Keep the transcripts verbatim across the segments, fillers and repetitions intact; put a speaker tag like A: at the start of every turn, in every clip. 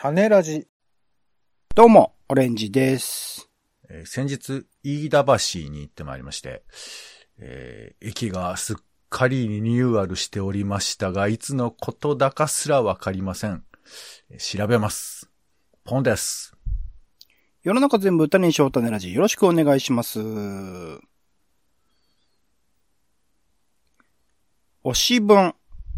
A: 種ラジ。
B: どうも、オレンジです。
C: えー、先日、飯田橋に行ってまいりまして、えー、駅がすっかりリニューアルしておりましたが、いつのことだかすらわかりません。えー、調べます。ポンです。
B: 世の中全部歌にしよう種ラジ。よろしくお願いします。推し文。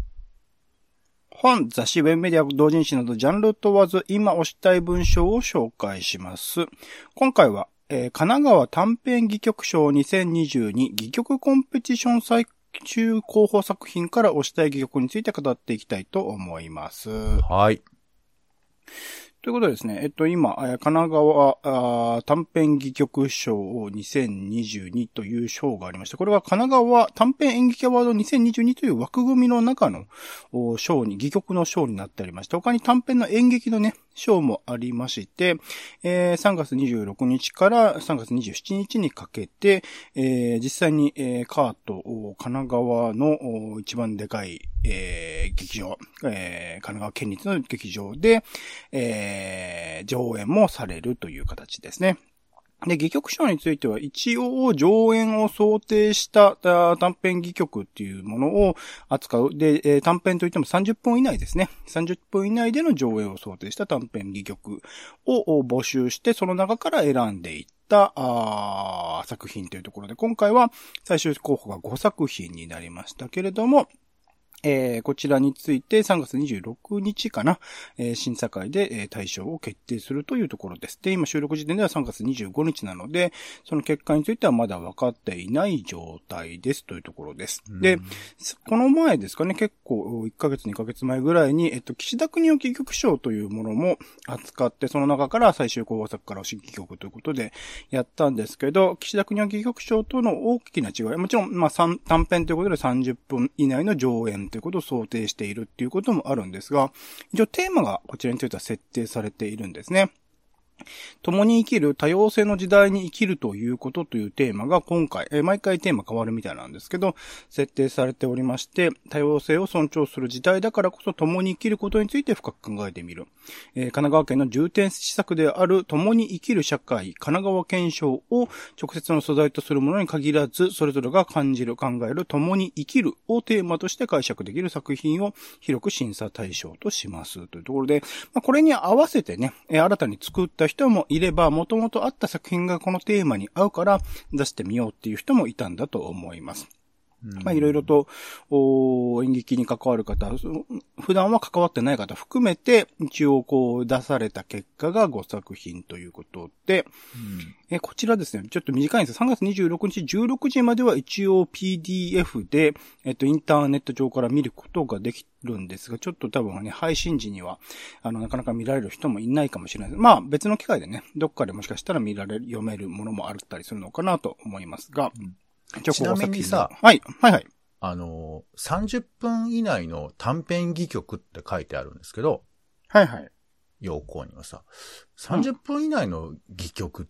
B: 本、雑誌、ウェブメディア、同人誌などジャンル問わず今推したい文章を紹介します。今回は、えー、神奈川短編戯曲賞にせんにじゅうに戯曲コンペティション最終候補作品から推したい戯曲について語っていきたいと思います。
C: はい。
B: ということでですね、えっと今、神奈川短編戯曲賞にせんにじゅうにという賞がありまして、これは神奈川短編演劇アワードにせんにじゅうにという枠組みの中の賞に、戯曲の賞になっておりまして、他に短編の演劇のね、賞もありまして、えー、さんがつにじゅうろくにちからさんがつにじゅうしちにちにかけて、えー、実際に、えー、カート、神奈川の一番でかい、えー、劇場、えー、神奈川県立の劇場で、えー、上演もされるという形ですね。で、戯曲賞については一応上演を想定した短編戯曲っていうものを扱う。で、短編といってもさんじゅっぷん以内ですね。さんじゅっぷん以内での上演を想定した短編戯曲を募集して、その中から選んでいったあ作品というところで、今回は最終候補がごさくひんになりましたけれども、えー、こちらについてさんがつにじゅうろくにちかな、えー、審査会で、えー、対象を決定するというところです。で、今収録時点ではさんがつにじゅうごにちなので、その結果についてはまだ分かっていない状態ですというところです。で、この前ですかね、結構いっかげつにかげつまえぐらいに、えっと、岸田国夫戯曲賞というものも扱って、その中から最終候補作から推し戯曲ということでやったんですけど、岸田国夫戯曲賞との大きな違い、もちろん、まあ、短編ということでさんじゅっぷん以内の上演ということを想定しているっていうこともあるんですが、一応テーマがこちらについては設定されているんですね。共に生きる多様性の時代に生きるということというテーマが今回、えー、毎回テーマ変わるみたいなんですけど、設定されておりまして、多様性を尊重する時代だからこそ共に生きることについて深く考えてみる。えー、神奈川県の重点施策である共に生きる社会、神奈川憲章を直接の素材とするものに限らず、それぞれが感じる、考える共に生きるをテーマとして解釈できる作品を広く審査対象としますというところで、まあ、これに合わせてね、えー、新たに作った人もいれば、もともとあった作品がこのテーマに合うから出してみようっていう人もいたんだと思います。まあいろいろと演劇に関わる方、普段は関わってない方含めて一応こう出された結果がごさくひんということで、うん、えこちらですね、ちょっと短いんです。さんがつにじゅうろくにちじゅうろくじまでは一応 ピーディーエフ で、えっと、インターネット上から見ることができるんですが、ちょっと多分ね、配信時には、あの、なかなか見られる人もいないかもしれないです。まあ別の機会でね、どっかでもしかしたら見られる、読めるものもあったりするのかなと思いますが、うん
C: ちなみにさ、
B: はい、はいはい。
C: あの、さんじゅっぷん以内の短編戯曲って書いてあるんですけど、
B: はいはい。
C: 要項にはさ、さんじゅっぷん以内の戯曲って、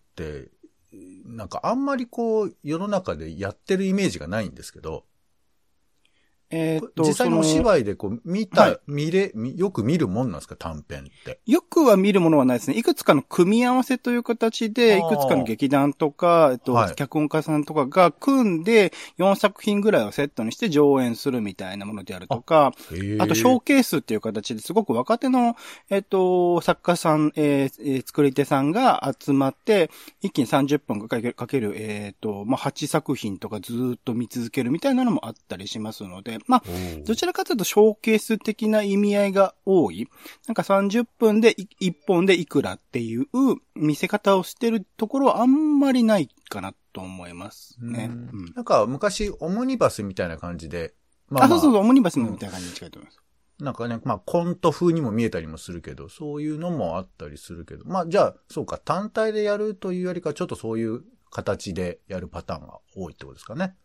C: うん、なんかあんまりこう、世の中でやってるイメージがないんですけど、えー、っと実際にお芝居でこう見た、はい、見れ、よく見るもんなんですか、短編って。
B: よくは見るものはないですね。いくつかの組み合わせという形で、いくつかの劇団とか、えっと、はい、脚本家さんとかが組んで、よんさくひんぐらいをセットにして上演するみたいなものであるとか、あ, あとショーケースっていう形ですごく若手の、えっと、作家さん、えー、作り手さんが集まって、一気にさんじゅっぷんかける、かけるえっと、まあ、はちさくひんとかずーっと見続けるみたいなのもあったりしますので、まあ、どちらかというとショーケース的な意味合いが多い。なんかさんじゅっぷんでいっぽんでいくらっていう見せ方をしてるところはあんまりないかなと思いますね。
C: うんうん、なんか昔オムニバスみたいな感じで。
B: まあ、まあ、あ、そうそうそう、オムニバスみたいな感じに近いと思います。
C: なんかね、まあコント風にも見えたりもするけど、そういうのもあったりするけど、まあじゃあ、そうか、単体でやるというよりかちょっとそういう形でやるパターンが多いってことですかね。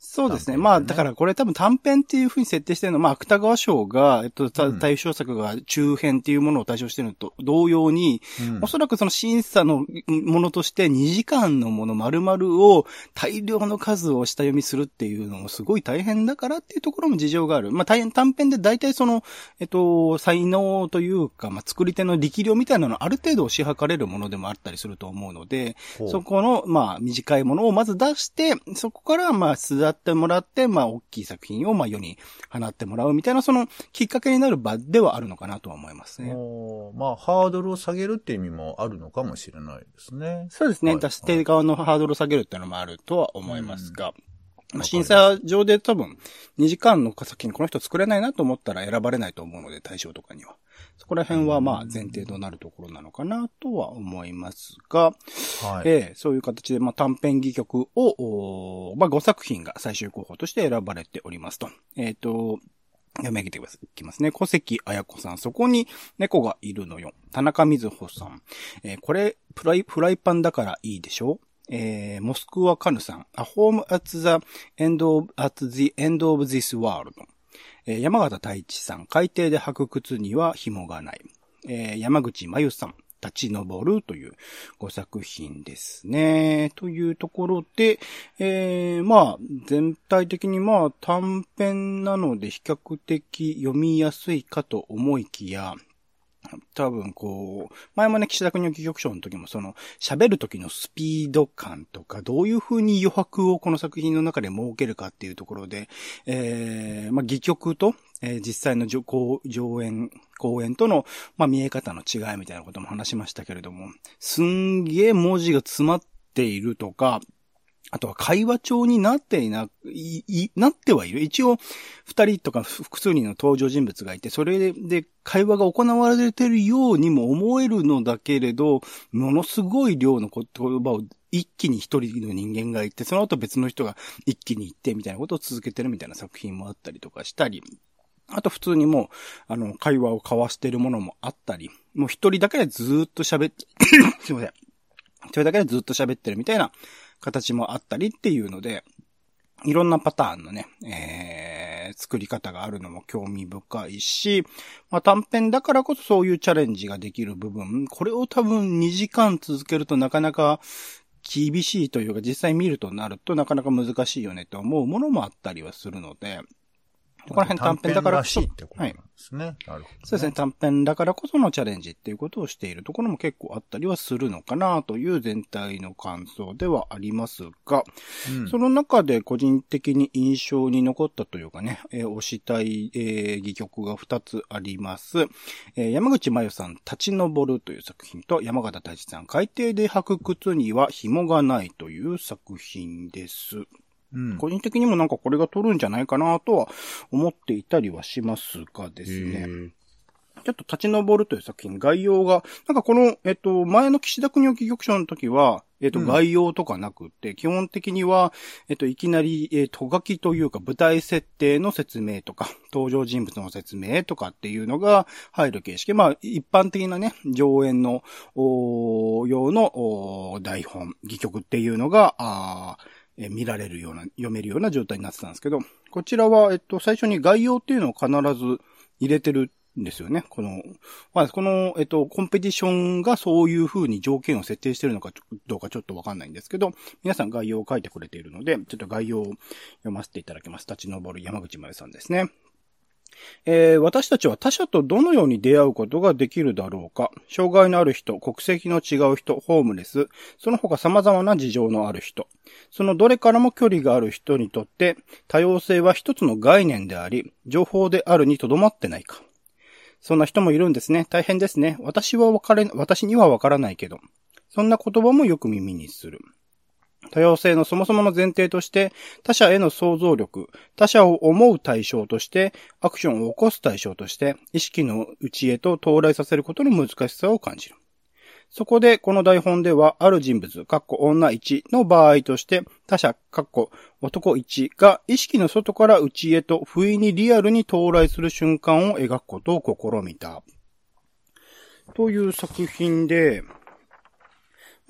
B: そうですね。まあ、だからこれ多分短編っていう風に設定してるのは、まあ、芥川賞が、えっと、対象作が中編っていうものを対象してるのと同様に、うん、おそらくその審査のものとしてにじかんのもの丸々を大量の数を下読みするっていうのもすごい大変だからっていうところも事情がある。まあ、大変短編で大体その、えっと、才能というか、まあ、作り手の力量みたいなのある程度推し量れるものでもあったりすると思うので、そこの、まあ、短いものをまず出して、そこから、まあ、巣立ってもらって、まあ、大きい作品を、まあ、世に放ってもらうみたいな、その、きっかけになる場ではあるのかなとは思いますね。
C: まあ、ハードルを下げるっていう意味もあるのかもしれないですね。
B: そうですね。はい、出し手側のハードルを下げるっていうのもあるとは思いますが、うん、審査上で多分、にじかんの作品この人作れないなと思ったら選ばれないと思うので、対象とかには。そこら辺はまあ前提となるところなのかなとは思いますが、はい、えー、そういう形でまあ短編戯曲を、まあごさく品が最終候補として選ばれておりますと。えっと、読み上げていきますね。小関彩子さん、そこに猫がいるのよ。田中瑞穂さん、えー、これフライ、フライパンだからいいでしょ。えー、モスクワカヌさん、A Home at the End of, at the End of This World。えー、山形太一さん、海底で履く靴には紐がない。えー、山口真由さん、立ち上るというご作品ですね。というところで、えー、まあ、全体的にまあ短編なので比較的読みやすいかと思いきや、多分こう、前もね、岸田国の戯曲賞の時もその、喋る時のスピード感とか、どういう風に余白をこの作品の中で設けるかっていうところで、えー、まあ、戯曲と、えー、実際の上, 上演、公演との、まあ、見え方の違いみたいなことも話しましたけれども、すんげえ文字が詰まっているとか、あとは会話帳になっていな、い、い、なってはいる。一応、二人とか複数人の登場人物がいて、それで会話が行われているようにも思えるのだけれど、ものすごい量の言葉を一気に一人の人間が言って、その後別の人が一気に言ってみたいなことを続けてるみたいな作品もあったりとかしたり、あと普通にもう、あの、会話を交わしているものもあったり、もう一人だけでずーっと喋って、すいません。一人だけでずっと喋ってるみたいな形もあったりっていうので、いろんなパターンのね、えー、作り方があるのも興味深いし、まあ短編だからこそそういうチャレンジができる部分、これを多分にじかん続けるとなかなか厳しいというか、実際見るとなるとなかなか難しいよねと思うものもあったりはするので、この辺短編だからこそ、
C: 短編らしいってことなんですね。はい。なるほど、ね。
B: そうですね。短編だからこそのチャレンジっていうことをしているところも結構あったりはするのかなという全体の感想ではありますが、うん、その中で個人的に印象に残ったというかね、えー、推したい、えー、戯曲がふたつあります。えー、山口真由さん、立ち上るという作品と、山形太一さん、海底で履く靴には紐がないという作品です。うん、個人的にもなんかこれが取るんじゃないかなとは思っていたりはしますがですね。ちょっと立ち上るという作品、概要が、なんかこの、えっと、前の岸田国の戯曲賞の時は、えっと、概要とかなくって、うん、基本的には、えっと、いきなり、えっと、書きというか舞台設定の説明とか、登場人物の説明とかっていうのが入る形式。まあ、一般的なね、上演の、お用のお台本、戯曲っていうのが、あえ見られるような、読めるような状態になってたんですけど、こちらは、えっと、最初に概要っていうのを必ず入れてるんですよね。この、まあ、この、えっと、コンペティションがそういう風に条件を設定してるのかどうかちょっとわかんないんですけど、皆さん概要を書いてくれているので、ちょっと概要を読ませていただきます。立ち上る山口真由さんですね。えー、私たちは他者とどのように出会うことができるだろうか。障害のある人、国籍の違う人、ホームレス、その他様々な事情のある人。そのどれからも距離がある人にとって、多様性は一つの概念であり、情報であるにとどまってないか。そんな人もいるんですね。大変ですね。私はわかれ、私にはわからないけど。そんな言葉もよく耳にする。多様性のそもそもの前提として、他者への想像力、他者を思う対象として、アクションを起こす対象として、意識の内へと到来させることの難しさを感じる。そこで、この台本では、ある人物、かっこ女いちの場合として、他者、かっこ男いちが意識の外から内へと、不意にリアルに到来する瞬間を描くことを試みた。という作品で、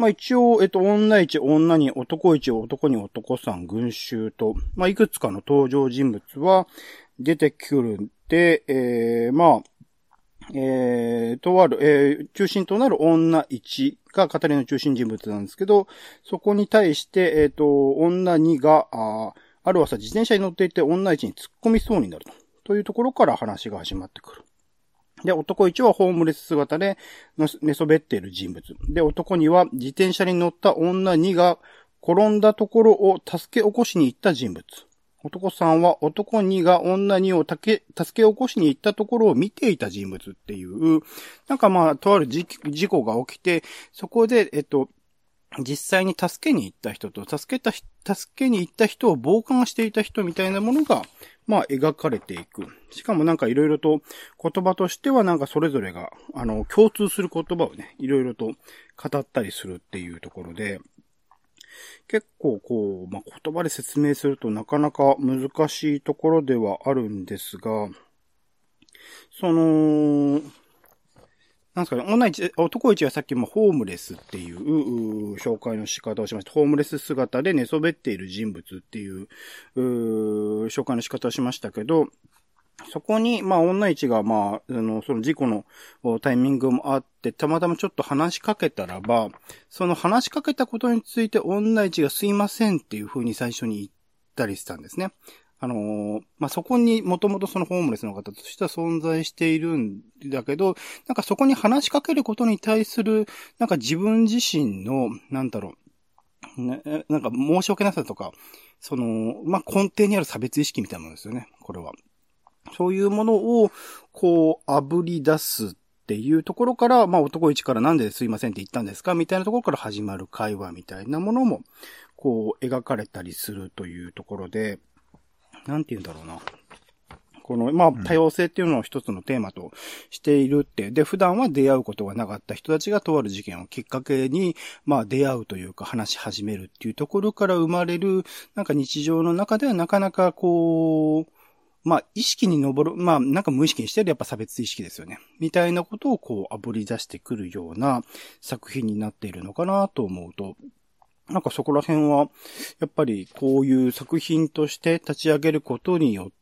B: まあ一応、えっと、女一、女に、男一、男に、男三、群衆と、まあいくつかの登場人物は出てくるんで、えー、まあ、えー、とある、えー、中心となる女一が語りの中心人物なんですけど、そこに対して、えっと、女二が、あある朝自転車に乗っていて女一に突っ込みそうになると。というところから話が始まってくる。で、男一はホームレス姿で寝そべっている人物。で、男には自転車に乗った女にが転んだところを助け起こしに行った人物。男さんは男にが女にを助け起こしに行ったところを見ていた人物っていう、なんかまあ、とある事故が起きて、そこで、えっと、実際に助けに行った人と、助けた、助けに行った人を傍観していた人みたいなものが、まあ、描かれていく。しかもなんかいろいろと言葉としてはなんかそれぞれが、あの、共通する言葉をね、いろいろと語ったりするっていうところで、結構こう、まあ、言葉で説明するとなかなか難しいところではあるんですが、その、なんですかね、女一、男一はさっきもホームレスっていう、う紹介の仕方をしました。ホームレス姿で寝そべっている人物っていう、う紹介の仕方をしましたけど、そこに、まあ、女一が、まあ、あの、その事故のタイミングもあって、たまたまちょっと話しかけたらば、その話しかけたことについて女一がすいませんっていう風に最初に言ったりしたんですね。あのー、まあ、そこにもともとそのホームレスの方としては存在しているんだけど、なんかそこに話しかけることに対する、なんか自分自身の、なんだろう、ね、なんか申し訳なさとか、その、まあ、根底にある差別意識みたいなものですよね、これは。そういうものを、こう、炙り出すっていうところから、まあ、男一からなんですいませんって言ったんですかみたいなところから始まる会話みたいなものも、こう、描かれたりするというところで、なんて言うんだろうな。この、まあ、多様性っていうのを一つのテーマとしているって。で、普段は出会うことがなかった人たちがとある事件をきっかけに、まあ、出会うというか話し始めるっていうところから生まれる、なんか日常の中ではなかなかこう、まあ、意識に上る、まあ、なんか無意識にしてるやっぱ差別意識ですよね。みたいなことをこう、炙り出してくるような作品になっているのかなと思うと、なんかそこら辺は、やっぱりこういう作品として立ち上げることによって、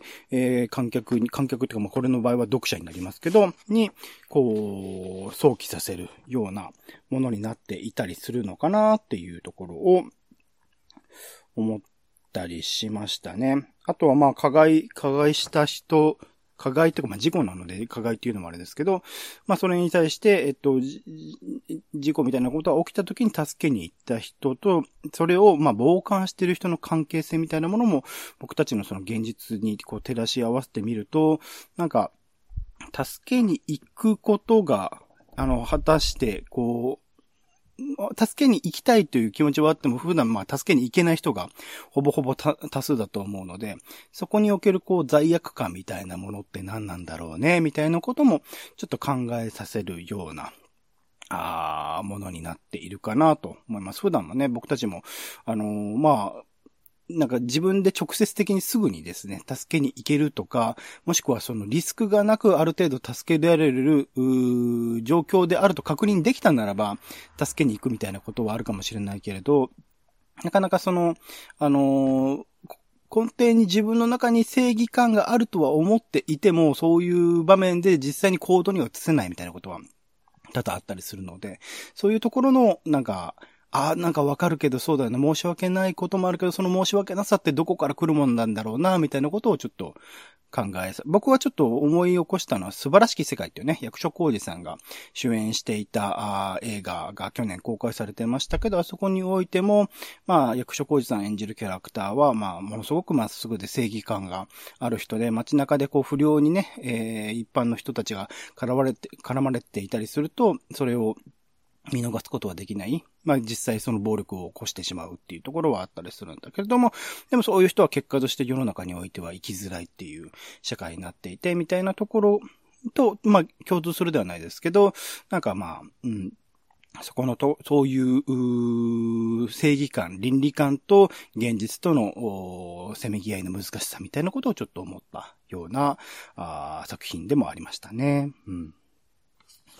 B: えー、観客に、観客っていうかまあこれの場合は読者になりますけど、に、こう、想起させるようなものになっていたりするのかなっていうところを思ったりしましたね。あとはまあ、加害、加害した人、加害というかまあ事故なので加害っていうのもあれですけど、まあそれに対して、えっと、事故みたいなことが起きた時に助けに行った人と、それをまあ傍観している人の関係性みたいなものも僕たちのその現実にこう照らし合わせてみると、なんか、助けに行くことが、あの、果たして、こう、助けに行きたいという気持ちはあっても、普段まあ助けに行けない人がほぼほぼ多数だと思うので、そこにおけるこう罪悪感みたいなものって何なんだろうね、みたいなこともちょっと考えさせるような、あー、ものになっているかなと思います。普段もね、僕たちも、あのー、まあ、なんか自分で直接的にすぐにですね、助けに行けるとか、もしくはそのリスクがなくある程度助けられる、状況であると確認できたならば、助けに行くみたいなことはあるかもしれないけれど、なかなかその、あのー、根底に自分の中に正義感があるとは思っていても、そういう場面で実際に行動には移せないみたいなことは多々あったりするので、そういうところの、なんか、ああ、なんかわかるけどそうだよね。申し訳ないこともあるけど、その申し訳なさってどこから来るもんなんだろうな、みたいなことをちょっと考えさ、僕はちょっと思い起こしたのは素晴らしき世界っていうね、役所広司さんが主演していたあ映画が去年公開されてましたけど、あそこにおいても、まあ、役所広司さん演じるキャラクターは、まあ、ものすごくまっすぐで正義感がある人で、街中でこう不良にね、えー、一般の人たちが絡まれて、絡まれていたりすると、それを見逃すことはできない。まあ実際その暴力を起こしてしまうっていうところはあったりするんだけれども、でもそういう人は結果として世の中においては生きづらいっていう社会になっていて、みたいなところと、まあ共通するではないですけど、なんかまあ、うん。そこのと、そういう、う正義感、倫理観と現実とのせめぎ合いの難しさみたいなことをちょっと思ったようなあ作品でもありましたね。うん。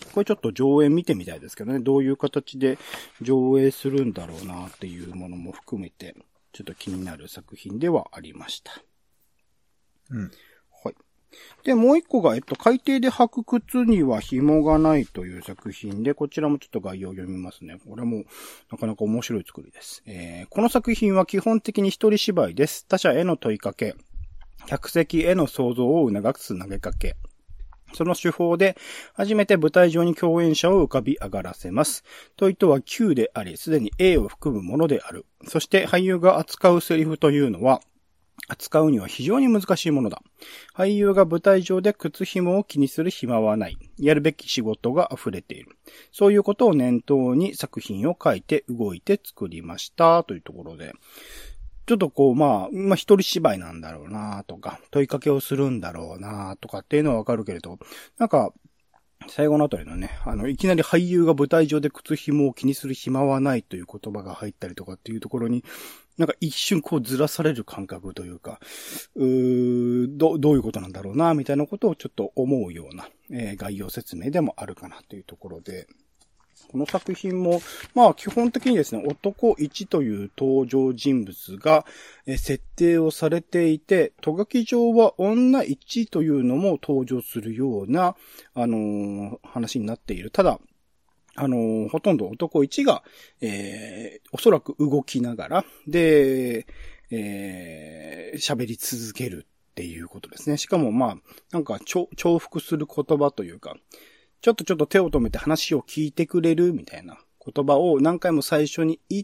B: これちょっと上映見てみたいですけどね。どういう形で上映するんだろうなっていうものも含めて、ちょっと気になる作品ではありました。
C: うん。
B: はい。で、もう一個が、えっと、海底で履く靴には紐がないという作品で、こちらもちょっと概要を読みますね。これもなかなか面白い作りです。えー、この作品は基本的に一人芝居です。他者への問いかけ、客席への想像を促す投げかけ。その手法で初めて舞台上に共演者を浮かび上がらせます。問いとは Q であり、すでに A を含むものである。そして俳優が扱うセリフというのは、扱うには非常に難しいものだ。俳優が舞台上で靴紐を気にする暇はない。やるべき仕事が溢れている。そういうことを念頭に作品を書いて動いて作りました。というところで。ちょっとこう、まあ、まあ一人芝居なんだろうなとか、問いかけをするんだろうなとかっていうのはわかるけれど、なんか、最後のあたりのね、あの、いきなり俳優が舞台上で靴紐を気にする暇はないという言葉が入ったりとかっていうところに、なんか一瞬こうずらされる感覚というか、うーど、どういうことなんだろうな、みたいなことをちょっと思うような、えー、概要説明でもあるかなというところで、この作品も、まあ基本的にですね、男いちという登場人物が、えー、設定をされていて、ト書き上は女いちというのも登場するような、あのー、話になっている。ただ、あのー、ほとんど男いちが、えー、おそらく動きながら、で、えー、喋り続けるっていうことですね。しかもまあ、なんか重複する言葉というか、ちょっとちょっと手を止めて話を聞いてくれるみたいな言葉を何回も最初に言って、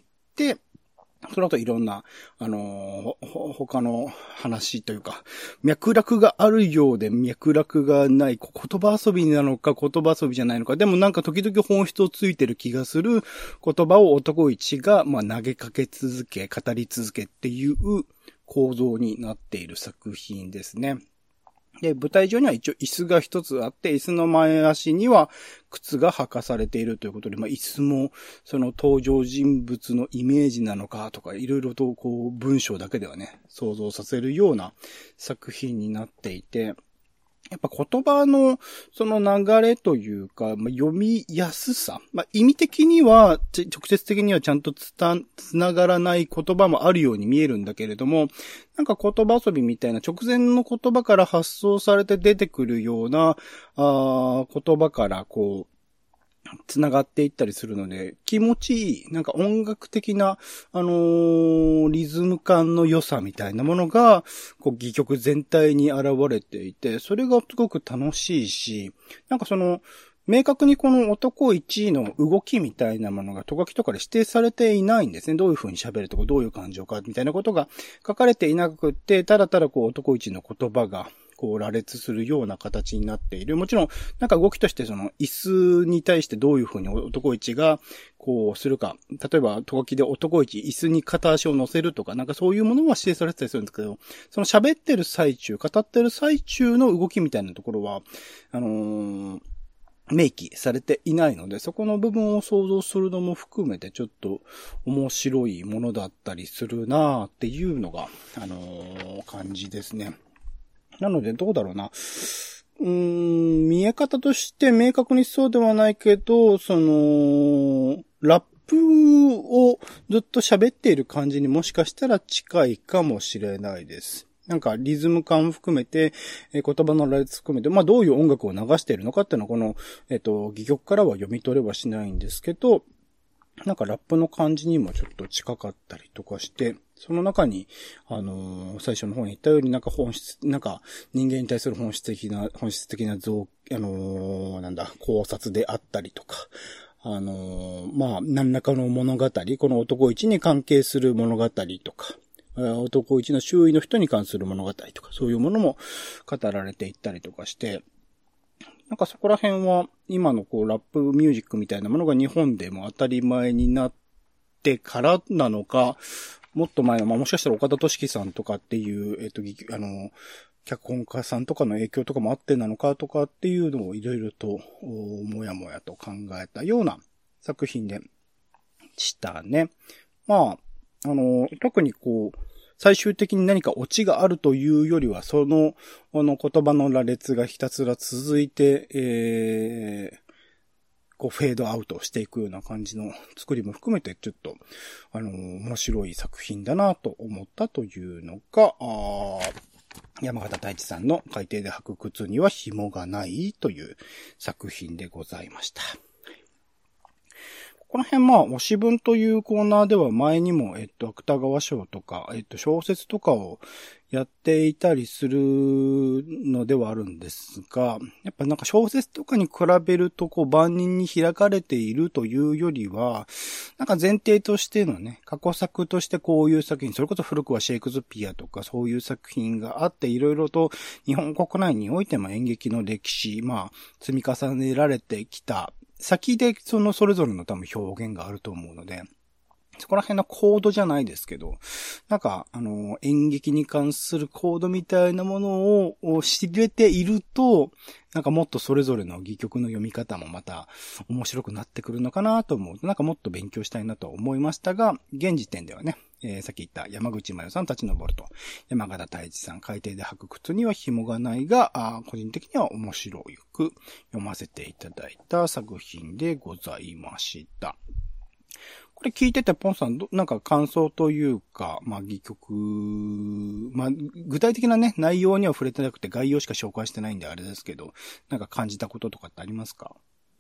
B: その後いろんな、あのー、他の話というか、脈絡があるようで脈絡がない、言葉遊びなのか言葉遊びじゃないのか、でもなんか時々本質をついてる気がする言葉を男一が、まあ、投げかけ続け、語り続けっていう構造になっている作品ですね。で、舞台上には一応椅子が一つあって、椅子の前足には靴が履かされているということで、まあ椅子もその登場人物のイメージなのかとか、いろいろとこう文章だけではね、想像させるような作品になっていて、やっぱ言葉のその流れというか、まあ、読みやすさ。まあ、意味的には、直接的にはちゃんとつた、つながらない言葉もあるように見えるんだけれども、なんか言葉遊びみたいな直前の言葉から発想されて出てくるような、あ言葉からこう、つながっていったりするので、気持ちいい、なんか音楽的な、あのー、リズム感の良さみたいなものが、こう、戯曲全体に現れていて、それがすごく楽しいし、なんかその、明確にこの男一位の動きみたいなものがト書きとかで指定されていないんですね。どういう風に喋るとか、どういう感情かみたいなことが書かれていなくって、ただただこう男一位の言葉が、こう羅列するような形になっている。もちろん、なんか動きとしてその椅子に対してどういう風に男一がこうするか。例えば、ト書きで男一椅子に片足を乗せるとか、なんかそういうものは指定されてたりするんですけど、その喋ってる最中、語ってる最中の動きみたいなところは、あのー、明記されていないので、そこの部分を想像するのも含めてちょっと面白いものだったりするなーっていうのが、あのー、感じですね。なので、どうだろうな。うーん、見え方として明確にそうではないけど、その、ラップをずっと喋っている感じにもしかしたら近いかもしれないです。なんかリズム感含めて、えー、言葉の羅列含めて、まあどういう音楽を流しているのかっていうのはこの、えっと、戯曲からは読み取れはしないんですけど、なんかラップの感じにもちょっと近かったりとかして、その中に、あのー、最初の方に言ったようになんか本質、なんか人間に対する本質的な、本質的な造、あのー、なんだ、考察であったりとか、あのー、まあ、何らかの物語、この男一に関係する物語とか、男一の周囲の人に関する物語とか、そういうものも語られていったりとかして、なんかそこら辺は今のこうラップミュージックみたいなものが日本でも当たり前になってからなのか、もっと前の、まあ、もしかしたら岡田敏樹さんとかっていう、えっと、あの、脚本家さんとかの影響とかもあってなのかとかっていうのをいろいろと、もやもやと考えたような作品でしたね。まあ、あの、特にこう、最終的に何かオチがあるというよりは、その、あの言葉の羅列がひたすら続いて、えー、 こうフェードアウトしていくような感じの作りも含めてちょっと、あのー、面白い作品だなと思ったというのが、あ山形太一さんの海底で履く靴には紐がないという作品でございました。この辺まあ、推し文というコーナーでは前にも、えっと、芥川賞とか、えっと、小説とかをやっていたりするのではあるんですが、やっぱなんか小説とかに比べると、こう、万人に開かれているというよりは、なんか前提としてのね、過去作としてこういう作品、それこそ古くはシェイクスピアとかそういう作品があって、いろいろと日本国内においても演劇の歴史、まあ、積み重ねられてきた、先でそのそれぞれの多分表現があると思うので、そこら辺のコードじゃないですけど、なんか、あの、演劇に関するコードみたいなものを知れていると、なんかもっとそれぞれの戯曲の読み方もまた面白くなってくるのかなと思うと、なんかもっと勉強したいなと思いましたが、現時点ではね、えー、さっき言った山口真由さん立ち上ると、山形太一さん海底で履く靴には紐がないが、あ個人的には面白く読ませていただいた作品でございました。これ聞いててポンさん、なんか感想というか、まあ戯曲、まあ具体的なね、内容には触れてなくて概要しか紹介してないんであれですけど、なんか感じたこととかってありますか？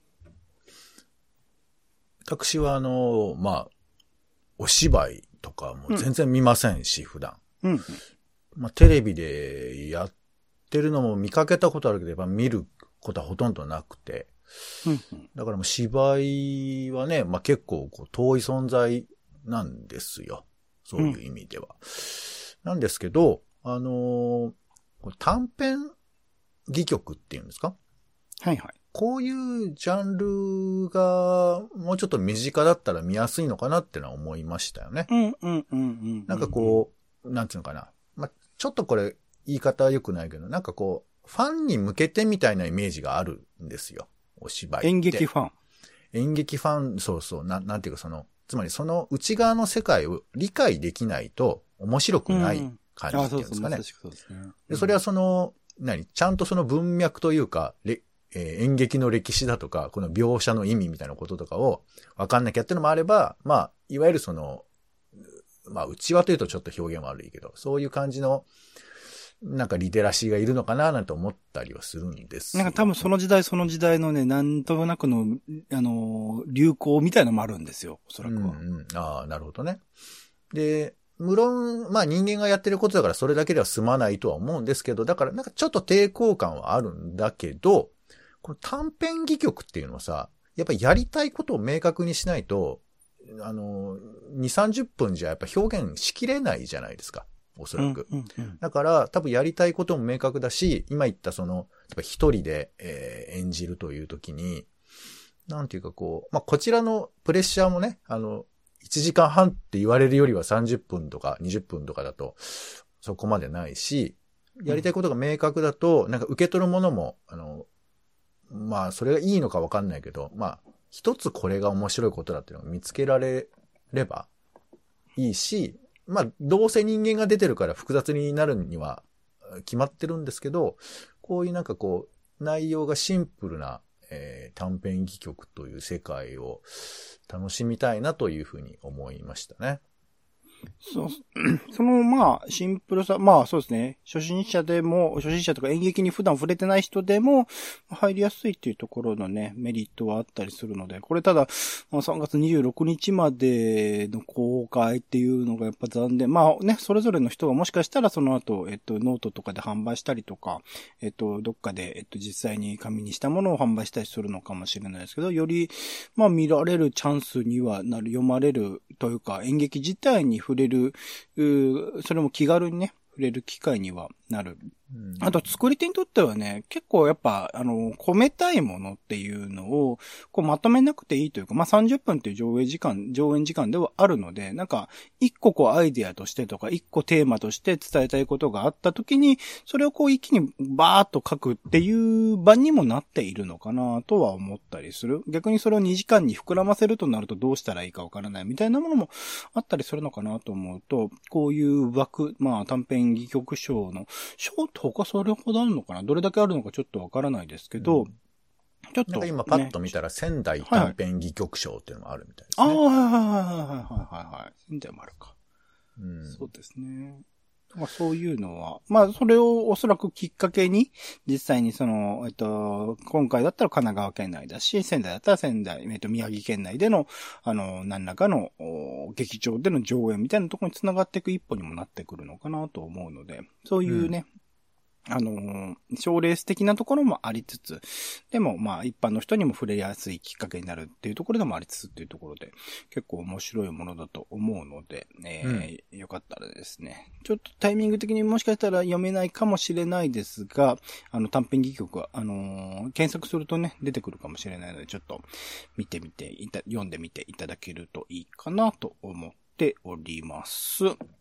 C: 私はあの、まあ、お芝居とかも全然見ませんし、うん、普段。うんうん、まあテレビでやってるのも見かけたことあるけど、やっぱ見ることはほとんどなくて、うんうん、だからもう芝居はね、まあ、結構こう遠い存在なんですよ。そういう意味では。うん、なんですけど、あのー、短編戯曲っていうんですか？
B: はいはい。
C: こういうジャンルがもうちょっと身近だったら見やすいのかなってのは思いましたよね。
B: うんうんうんうん。
C: なんかこう、なんていうのかな。まあ、ちょっとこれ言い方は良くないけど、なんかこう、ファンに向けてみたいなイメージがあるんですよ。お芝居って。
B: 演劇ファン。
C: 演劇ファン、そうそう、な、なんていうかその、つまりその内側の世界を理解できないと面白くない感じっていうんですかね。うん、あ、そうそう、まさしくそうですね。で、それはその、何、ちゃんとその文脈というか、えー、演劇の歴史だとか、この描写の意味みたいなこととかを分かんなきゃっていうのもあれば、まあ、いわゆるその、まあ、内輪というとちょっと表現悪いけど、そういう感じの、なんかリテラシーがいるのかななんて思ったりはするんです。
B: なんか多分その時代その時代のね、なんとなくの、あの、流行みたいなのもあるんですよ、おそらくは。うん
C: うん、ああ、なるほどね。で、無論、まあ人間がやってることだからそれだけでは済まないとは思うんですけど、だからなんかちょっと抵抗感はあるんだけど、この短編戯曲っていうのはさ、やっぱりやりたいことを明確にしないと、あの、に、さんじゅっぷんじゃやっぱ表現しきれないじゃないですか。おそらく、うんうんうん。だから、多分やりたいことも明確だし、今言ったその、例えば一人で、えー、演じるというときに、なんていうかこう、まあ、こちらのプレッシャーもね、あの、いちじかんはんって言われるよりはさんじゅっぷんとかにじゅっぷんとかだと、そこまでないし、やりたいことが明確だと、うん、なんか受け取るものも、あの、まあ、それがいいのかわかんないけど、まあ、一つこれが面白いことだっていうのを見つけられればいいし、まあ、どうせ人間が出てるから複雑になるには決まってるんですけど、こういうなんかこう、内容がシンプルな、えー、短編戯曲という世界を楽しみたいなというふうに思いましたね。
B: そう、そのまあシンプルさ、まあそうですね。初心者でも、初心者とか演劇に普段触れてない人でも入りやすいっていうところのね、メリットはあったりするので、これただ、まあ、さんがつにじゅうろくにちまでの公開っていうのがやっぱ残念。まあね、それぞれの人がもしかしたらその後、えっと、ノートとかで販売したりとか、えっと、どっかで、えっと、実際に紙にしたものを販売したりするのかもしれないですけど、より、まあ見られるチャンスにはなる、読まれるというか、演劇自体に触れる、それも気軽にね、触れる機会にはなる。うん、あと、作り手にとってはね、結構やっぱ、あの、込めたいものっていうのを、こうまとめなくていいというか、まあ、さんじゅっぷんっていう上映時間、上演時間ではあるので、なんか、一個こうアイデアとしてとか、一個テーマとして伝えたいことがあった時に、それをこう一気にバーっと書くっていう場にもなっているのかなとは思ったりする。逆にそれをにじかんに膨らませるとなるとどうしたらいいかわからないみたいなものもあったりするのかなと思うと、こういう枠、まあ、短編戯曲賞の、賞他それほどあるのかなどれだけあるのかちょっとわからないですけど、うん、 ちょっと、ね。
C: なんか今パッと見たら仙台短編戯曲賞っていうのもあるみたいですね。
B: はいはい、ああ、はいはいはいはいはいはい。仙台もあるか。
C: うん、
B: そうですね。まあそういうのは、まあそれをおそらくきっかけに、実際にその、えっと、今回だったら神奈川県内だし、仙台だったら仙台、えっと、宮城県内での、あの、何らかの、劇場での上演みたいなところに繋がっていく一歩にもなってくるのかなと思うので、そういうね、うんあの、賞レース的なところもありつつ、でもまあ一般の人にも触れやすいきっかけになるっていうところでもありつつっていうところで、結構面白いものだと思うので、えーうん、よかったらですね、ちょっとタイミング的にもしかしたら読めないかもしれないですが、あの短編戯曲は、あのー、検索するとね、出てくるかもしれないので、ちょっと見てみていた、読んでみていただけるといいかなと思っております。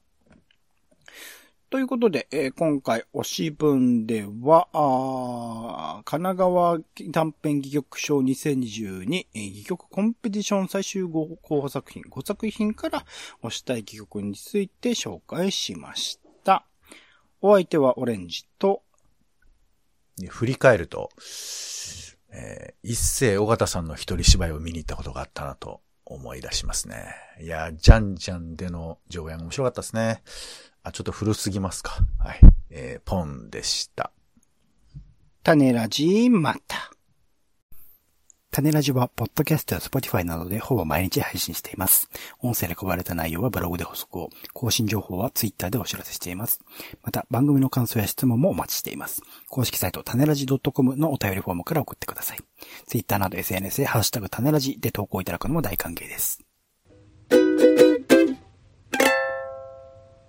B: ということで、えー、今回推し文では、あ神奈川短編戯曲賞にせんにじゅうに、えー、戯曲コンペティション最終候補作品ごさく品から推したい戯曲について紹介しました。お相手はオレンジと、
C: 振り返ると、えー、一世尾形さんの一人芝居を見に行ったことがあったなと思い出しますね。いや、ジャンジャンでの上演面白かったですね。あ、ちょっと古すぎますか。はい。えー、ポンでした。
B: 種ラジまた。種ラジは、ポッドキャストや Spotify などでほぼ毎日配信しています。音声で配られた内容はブログで補足を、更新情報は Twitter でお知らせしています。また、番組の感想や質問もお待ちしています。公式サイト、種ラジ .com のお便りフォームから送ってください。Twitter など エスエヌエス でハッシュタグ種ラジで投稿いただくのも大歓迎です。